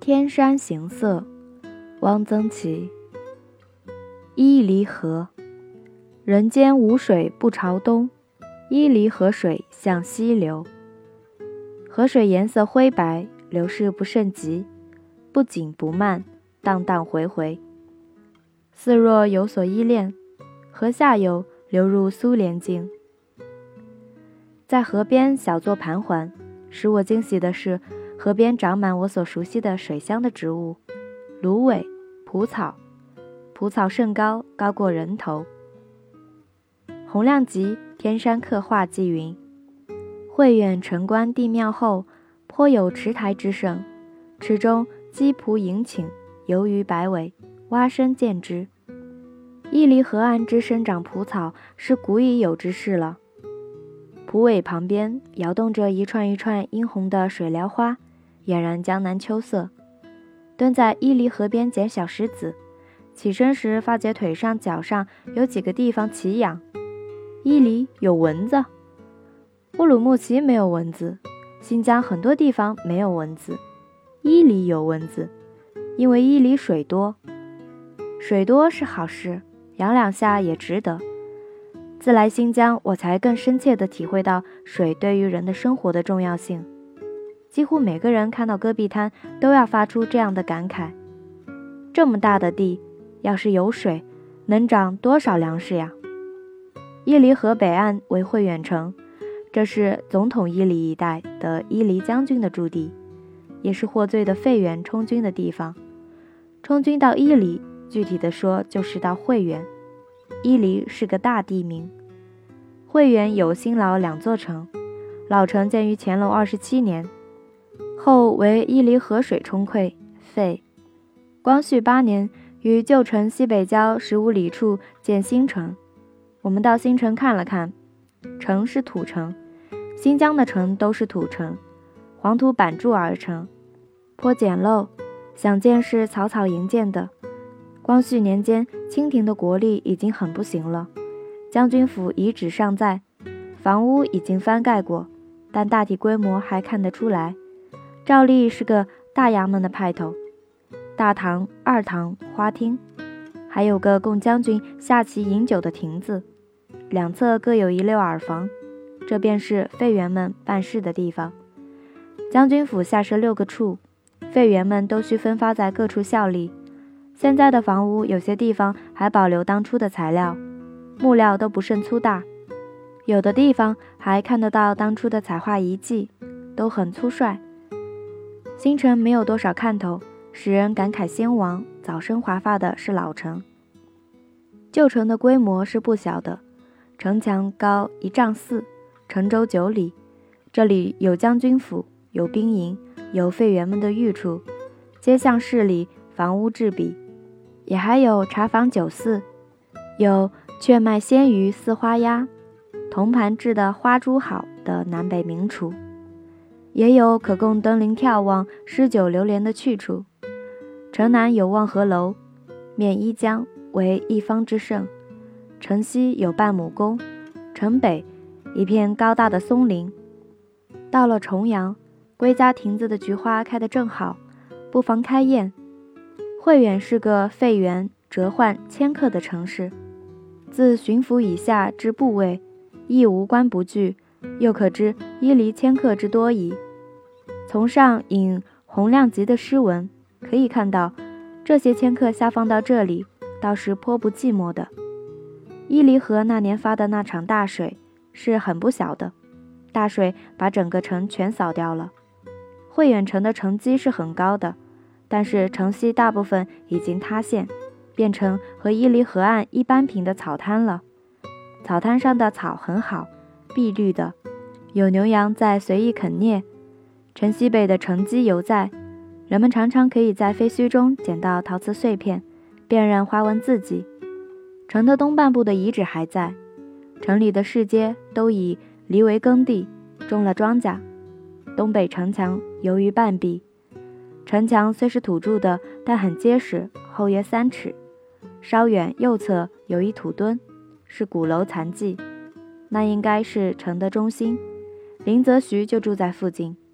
天山行色，汪曾祺。伊犁河，人间无水不朝东，伊犁河水向西流。河水颜色灰白，流势不甚急，不紧不慢，荡荡回回，似若有所依恋。河下游流入苏联境。在河边小坐盘桓，使我惊喜的是，河边长满我所熟悉的水乡的植物，芦苇、蒲草，蒲草甚高，高过人头。洪亮吉天山刻画纪云：慧远城关帝庙后，颇有池台之胜，池中鸡仆迎请，游鱼百尾，蛙声见之。伊犁河岸之生长蒲草是古已有之事了。蒲苇旁边摇动着一串一串殷红的水蓼花，俨然江南秋色。蹲在伊犁河边捡小石子，起身时发觉腿上脚上有几个地方奇痒。伊犁有蚊子？乌鲁木齐没有蚊子，新疆很多地方没有蚊子，伊犁有蚊子，因为伊犁水多。水多是好事，养两下也值得。自来新疆，我才更深切地体会到水对于人的生活的重要性。几乎每个人看到戈壁滩都要发出这样的感慨：这么大的地，要是有水，能长多少粮食呀？伊犁河北岸为慧远城，这是总统伊犁一带的伊犁将军的驻地，也是获罪的费远充军的地方。充军到伊犁，具体的说就是到慧远。伊犁是个大地名。慧远有新老两座城，老城建于乾隆27年，后为伊犁河水冲溃废。光绪8年于旧城西北郊15里处建新城。我们到新城看了看，城是土城，新疆的城都是土城，黄土板筑而成，颇简陋，想建是草草营建的。光绪年间，清廷的国力已经很不行了，将军府遗址尚在，房屋已经翻盖过，但大体规模还看得出来，照例是个大衙门的派头，大堂、二堂、花厅，还有个供将军下棋饮酒的亭子，两侧各有一溜耳房，这便是费员们办事的地方。将军府下设6个处，费员们都需分发在各处效力。现在的房屋有些地方还保留当初的材料，木料都不甚粗大，有的地方还看得到当初的彩画遗迹，都很粗率。新城没有多少看头，使人感慨先王早生华发的是老城。旧城的规模是不小的，城墙高1丈4，城周9里，这里有将军府，有兵营，有费员们的寓处，街巷市里房屋制比，也还有茶坊酒肆，有雀卖鲜鱼饲花鸭，铜盘制的花猪好的南北名厨，也有可供登临眺望诗酒流连的去处。城南有望河楼，面伊江，为一方之胜。城西有半亩宫，城北一片高大的松林。到了重阳，归家亭子的菊花开得正好，不妨开宴。慧远是个费员、折换、迁客的城市，自巡抚以下至部尉，亦无官不据，又可知伊犁迁客之多矣。从上引洪亮吉的诗文，可以看到，这些迁客下放到这里，倒是颇不寂寞的。伊犁河那年发的那场大水，是很不小的，大水把整个城全扫掉了。慧远城的城基是很高的，但是城西大部分已经塌陷，变成和伊犁河岸一般平的草滩了。草滩上的草很好，碧绿的，有牛羊在随意啃啮。城西北的城基犹在，人们常常可以在废墟中捡到陶瓷碎片，辨认花纹字迹。城的东半部的遗址还在，城里的市街都以犁为耕地，种了庄稼。东北城墙由于半壁，城墙虽是土筑的，但很结实，厚约3尺。稍远右侧有一土墩，是鼓楼残迹，那应该是城的中心。林则徐就住在附近。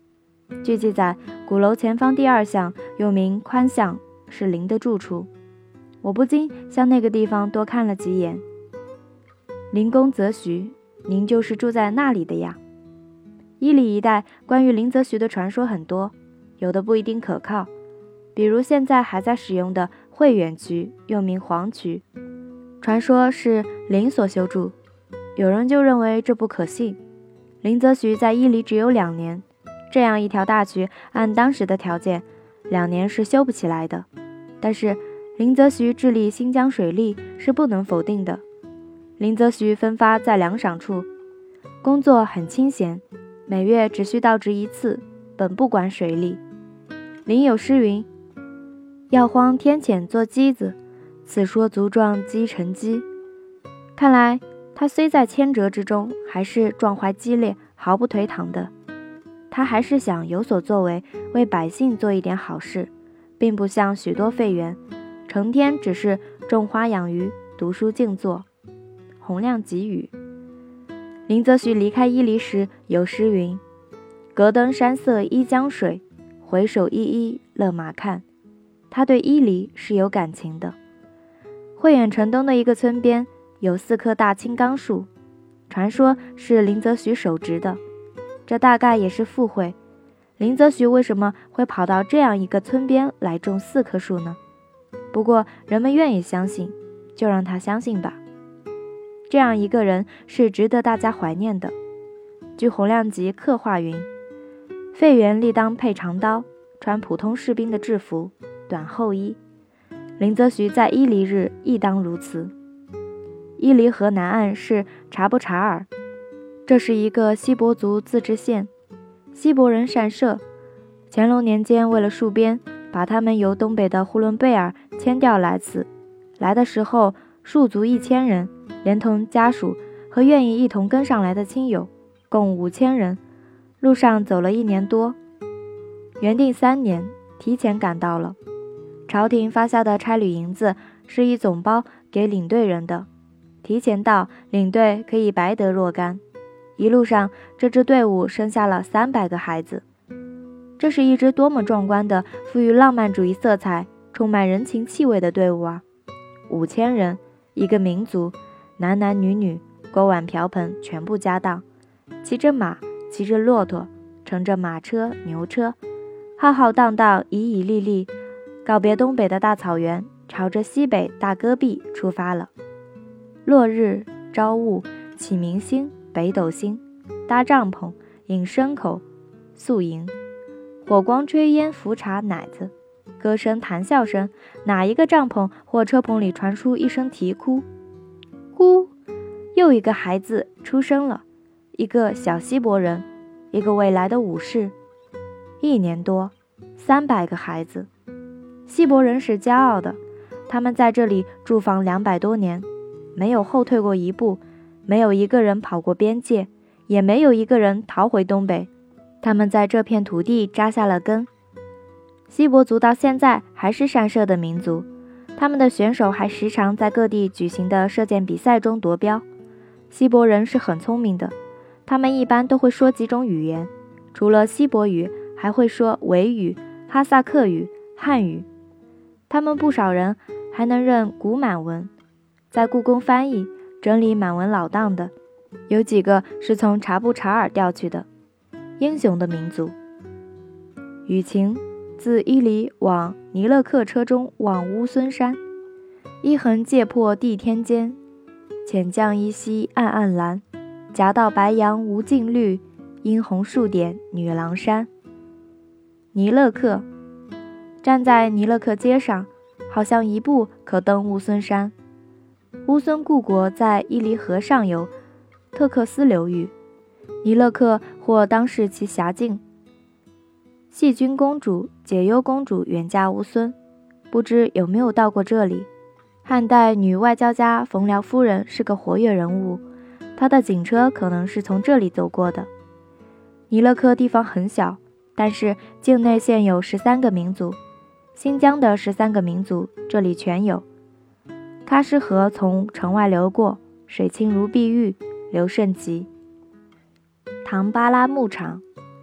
据记载，鼓楼前方第2巷又名宽巷，是林的住处。我不禁向那个地方多看了几眼。林公则徐，您就是住在那里的呀？伊犁一带关于林则徐的传说很多，有的不一定可靠，比如现在还在使用的汇远渠，又名黄渠，传说是林所修筑，有人就认为这不可信。林则徐在伊犁只有2年，这样一条大渠，按当时的条件，2年是修不起来的。但是林则徐治理新疆水利是不能否定的。林则徐分发在粮赏处，工作很清闲，每月只需到职1次，本不管水利。林有诗云：要荒天谴作箕子，此说足壮积成机。看来他虽在千折之中，还是壮怀激烈，毫不颓唐的。他还是想有所作为，为百姓做一点好事，并不像许多废员，成天只是种花养鱼，读书静坐。洪亮给予。林则徐离开伊犁时有诗云：隔登山色依江水，回首依依勒马看。他对伊犁是有感情的。汇远城东的一个村边有4棵大青冈树，传说是林则徐手植的，这大概也是附会。林则徐为什么会跑到这样一个村边来种4棵树呢？不过人们愿意相信，就让他相信吧。这样一个人是值得大家怀念的。据洪亮吉刻画云：废员理当配长刀，穿普通士兵的制服，短厚衣。林则徐在伊犁日亦当如此。伊犁河南岸是察布查尔，这是一个锡伯族自治县，锡伯人善射。乾隆年间为了戍边，把他们由东北的呼伦贝尔迁调来此。来的时候戍卒1000人，连同家属和愿意一同跟上来的亲友，共5000人。路上走了1年多，原定3年，提前赶到了。朝廷发下的差旅银子是一总包给领队人的，提前到，领队可以白得若干。一路上，这支队伍生下了300个孩子。这是一支多么壮观的、富于浪漫主义色彩、充满人情气味的队伍啊！5000人，一个民族，男男女女，锅碗瓢盆全部家当，骑着马，骑着骆驼，乘着马车、牛车，浩浩荡荡，旖旎丽丽，告别东北的大草原，朝着西北大戈壁出发了。落日、朝雾、起明星、北斗星，搭帐篷，饮牲口，宿营，火光炊烟，浮茶奶子，歌声谈笑声，哪一个帐篷或车棚里传出一声啼哭？哭！又一个孩子出生了，一个小锡伯人，一个未来的武士。1年多，300个孩子。锡伯人是骄傲的，他们在这里驻防200多年，没有后退过一步，没有一个人跑过边界，也没有一个人逃回东北。他们在这片土地扎下了根。锡伯族到现在还是善射的民族，他们的选手还时常在各地举行的射箭比赛中夺标。锡伯人是很聪明的，他们一般都会说几种语言，除了锡伯语，还会说维语、哈萨克语、汉语。他们不少人还能认古满文，在故宫翻译整理满文老档的，有几个是从察布查尔调去的。英雄的民族。雨晴自伊犁往尼勒克车中望乌孙山，一横界破地天间，浅降依稀暗暗蓝，夹道白杨无尽绿，殷红数点女郎山。尼勒克，站在尼勒克街上，好像一步可登乌孙山。乌孙故国在伊犁河上游特克斯流域，尼勒克或当是其辖境。细君公主、解忧公主远嫁乌孙，不知有没有到过这里。汉代女外交家冯辽夫人是个活跃人物，她的警车可能是从这里走过的。尼勒克地方很小，但是境内现有13个民族，新疆的13个民族这里全有。喀什河从城外流过，水清如碧玉，流甚急。唐巴拉牧场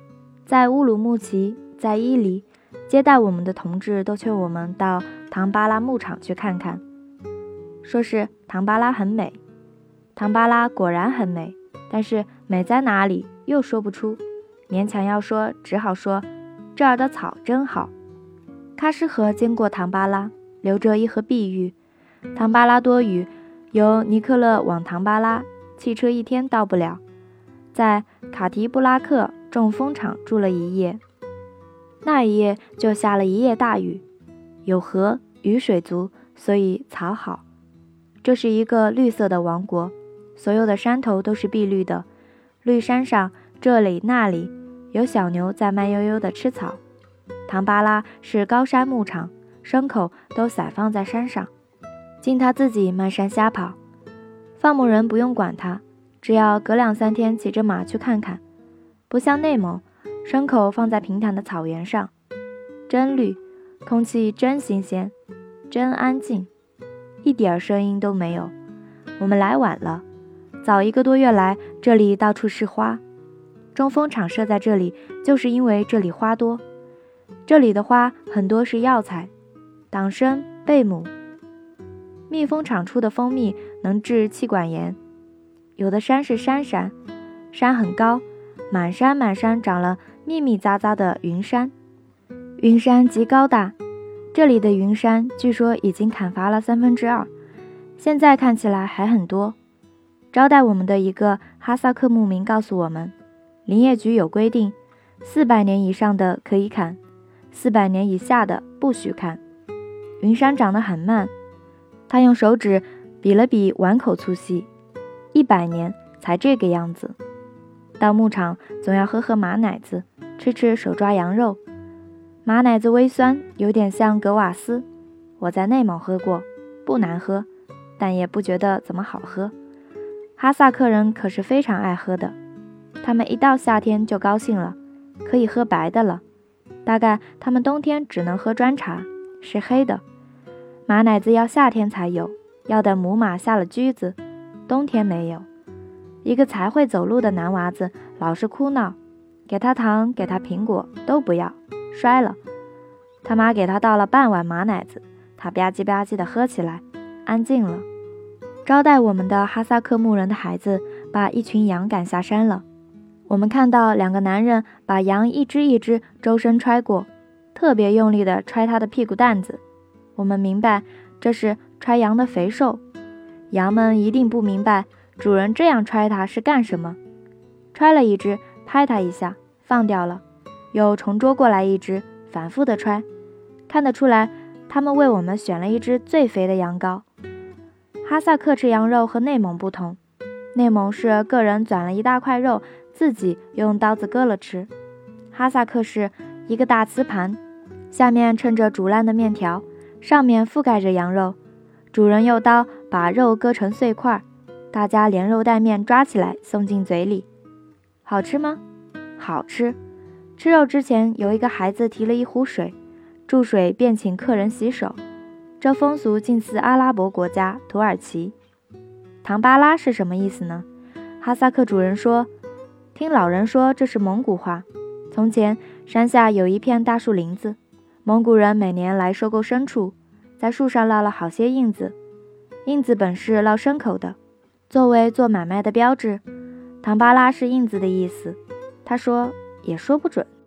在乌鲁木齐，在伊犁，接待我们的同志都劝我们到唐巴拉牧场去看看，说是唐巴拉很美。唐巴拉果然很美，但是美在哪里又说不出，勉强要说，只好说这儿的草真好。喀什河经过唐巴拉，流着一河碧玉。唐巴拉多雨，由尼克勒往唐巴拉，汽车一天到不了。在卡提布拉克种蜂场住了一夜，那一夜就下了一夜大雨，有河，雨水足，所以草好。这是一个绿色的王国，所有的山头都是碧绿的，绿山上这里那里有小牛在慢悠悠地吃草。唐巴拉是高山牧场，牲口都散放在山上，经他自己漫山瞎跑，放牧人不用管他，只要隔2-3天骑着马去看看。不像内蒙，牲口放在平坦的草原上，真绿，空气真新鲜，真安静，一点声音都没有。我们来晚了，早1个多月来，这里到处是花。种蜂场设在这里，就是因为这里花多。这里的花很多是药材，党参、贝母。蜜蜂场出的蜂蜜能治气管炎。有的山是山，山很高，满山长了密密匝匝的云杉。云杉极高大，这里的云杉据说已经砍伐了2/3，现在看起来还很多。招待我们的一个哈萨克牧民告诉我们，林业局有规定，400年以上的可以砍，400年以下的不许砍。云杉长得很慢，他用手指比了比碗口粗细，100年才这个样子。到牧场总要喝马奶子，吃手抓羊肉。马奶子微酸，有点像格瓦斯，我在内蒙喝过，不难喝，但也不觉得怎么好喝。哈萨克人可是非常爱喝的，他们一到夏天就高兴了，可以喝白的了。大概他们冬天只能喝砖茶，是黑的。马奶子要夏天才有，要等母马下了驹子，冬天没有。一个才会走路的男娃子老是哭闹，给他糖给他苹果都不要，摔了。他妈给他倒了半碗马奶子，他吧唧吧唧地喝起来，安静了。招待我们的哈萨克牧人的孩子把一群羊赶下山了，我们看到2个男人把羊一只一只周身揣过，特别用力地揣它的屁股蛋子。我们明白这是揣羊的肥瘦，羊们一定不明白主人这样揣它是干什么。揣了一只，拍它一下，放掉了，又重捉过来一只，反复地揣。看得出来，他们为我们选了一只最肥的羊羔。哈萨克吃羊肉和内蒙不同，内蒙是个人攒了一大块肉，自己用刀子割了吃。哈萨克是一个大瓷盘，下面衬着煮烂的面条，上面覆盖着羊肉，主人用刀把肉割成碎块，大家连肉带面抓起来送进嘴里。好吃吗？好吃。吃肉之前，有一个孩子提了一壶水，注水便请客人洗手。这风俗近似阿拉伯国家土耳其。唐巴拉是什么意思呢？哈萨克主人说，听老人说这是蒙古话。从前山下有一片大树林子，蒙古人每年来收购牲畜，在树上烙了好些印子，印子本是烙牲口的，作为做买卖的标志。唐巴拉是印子的意思。他说也说不准。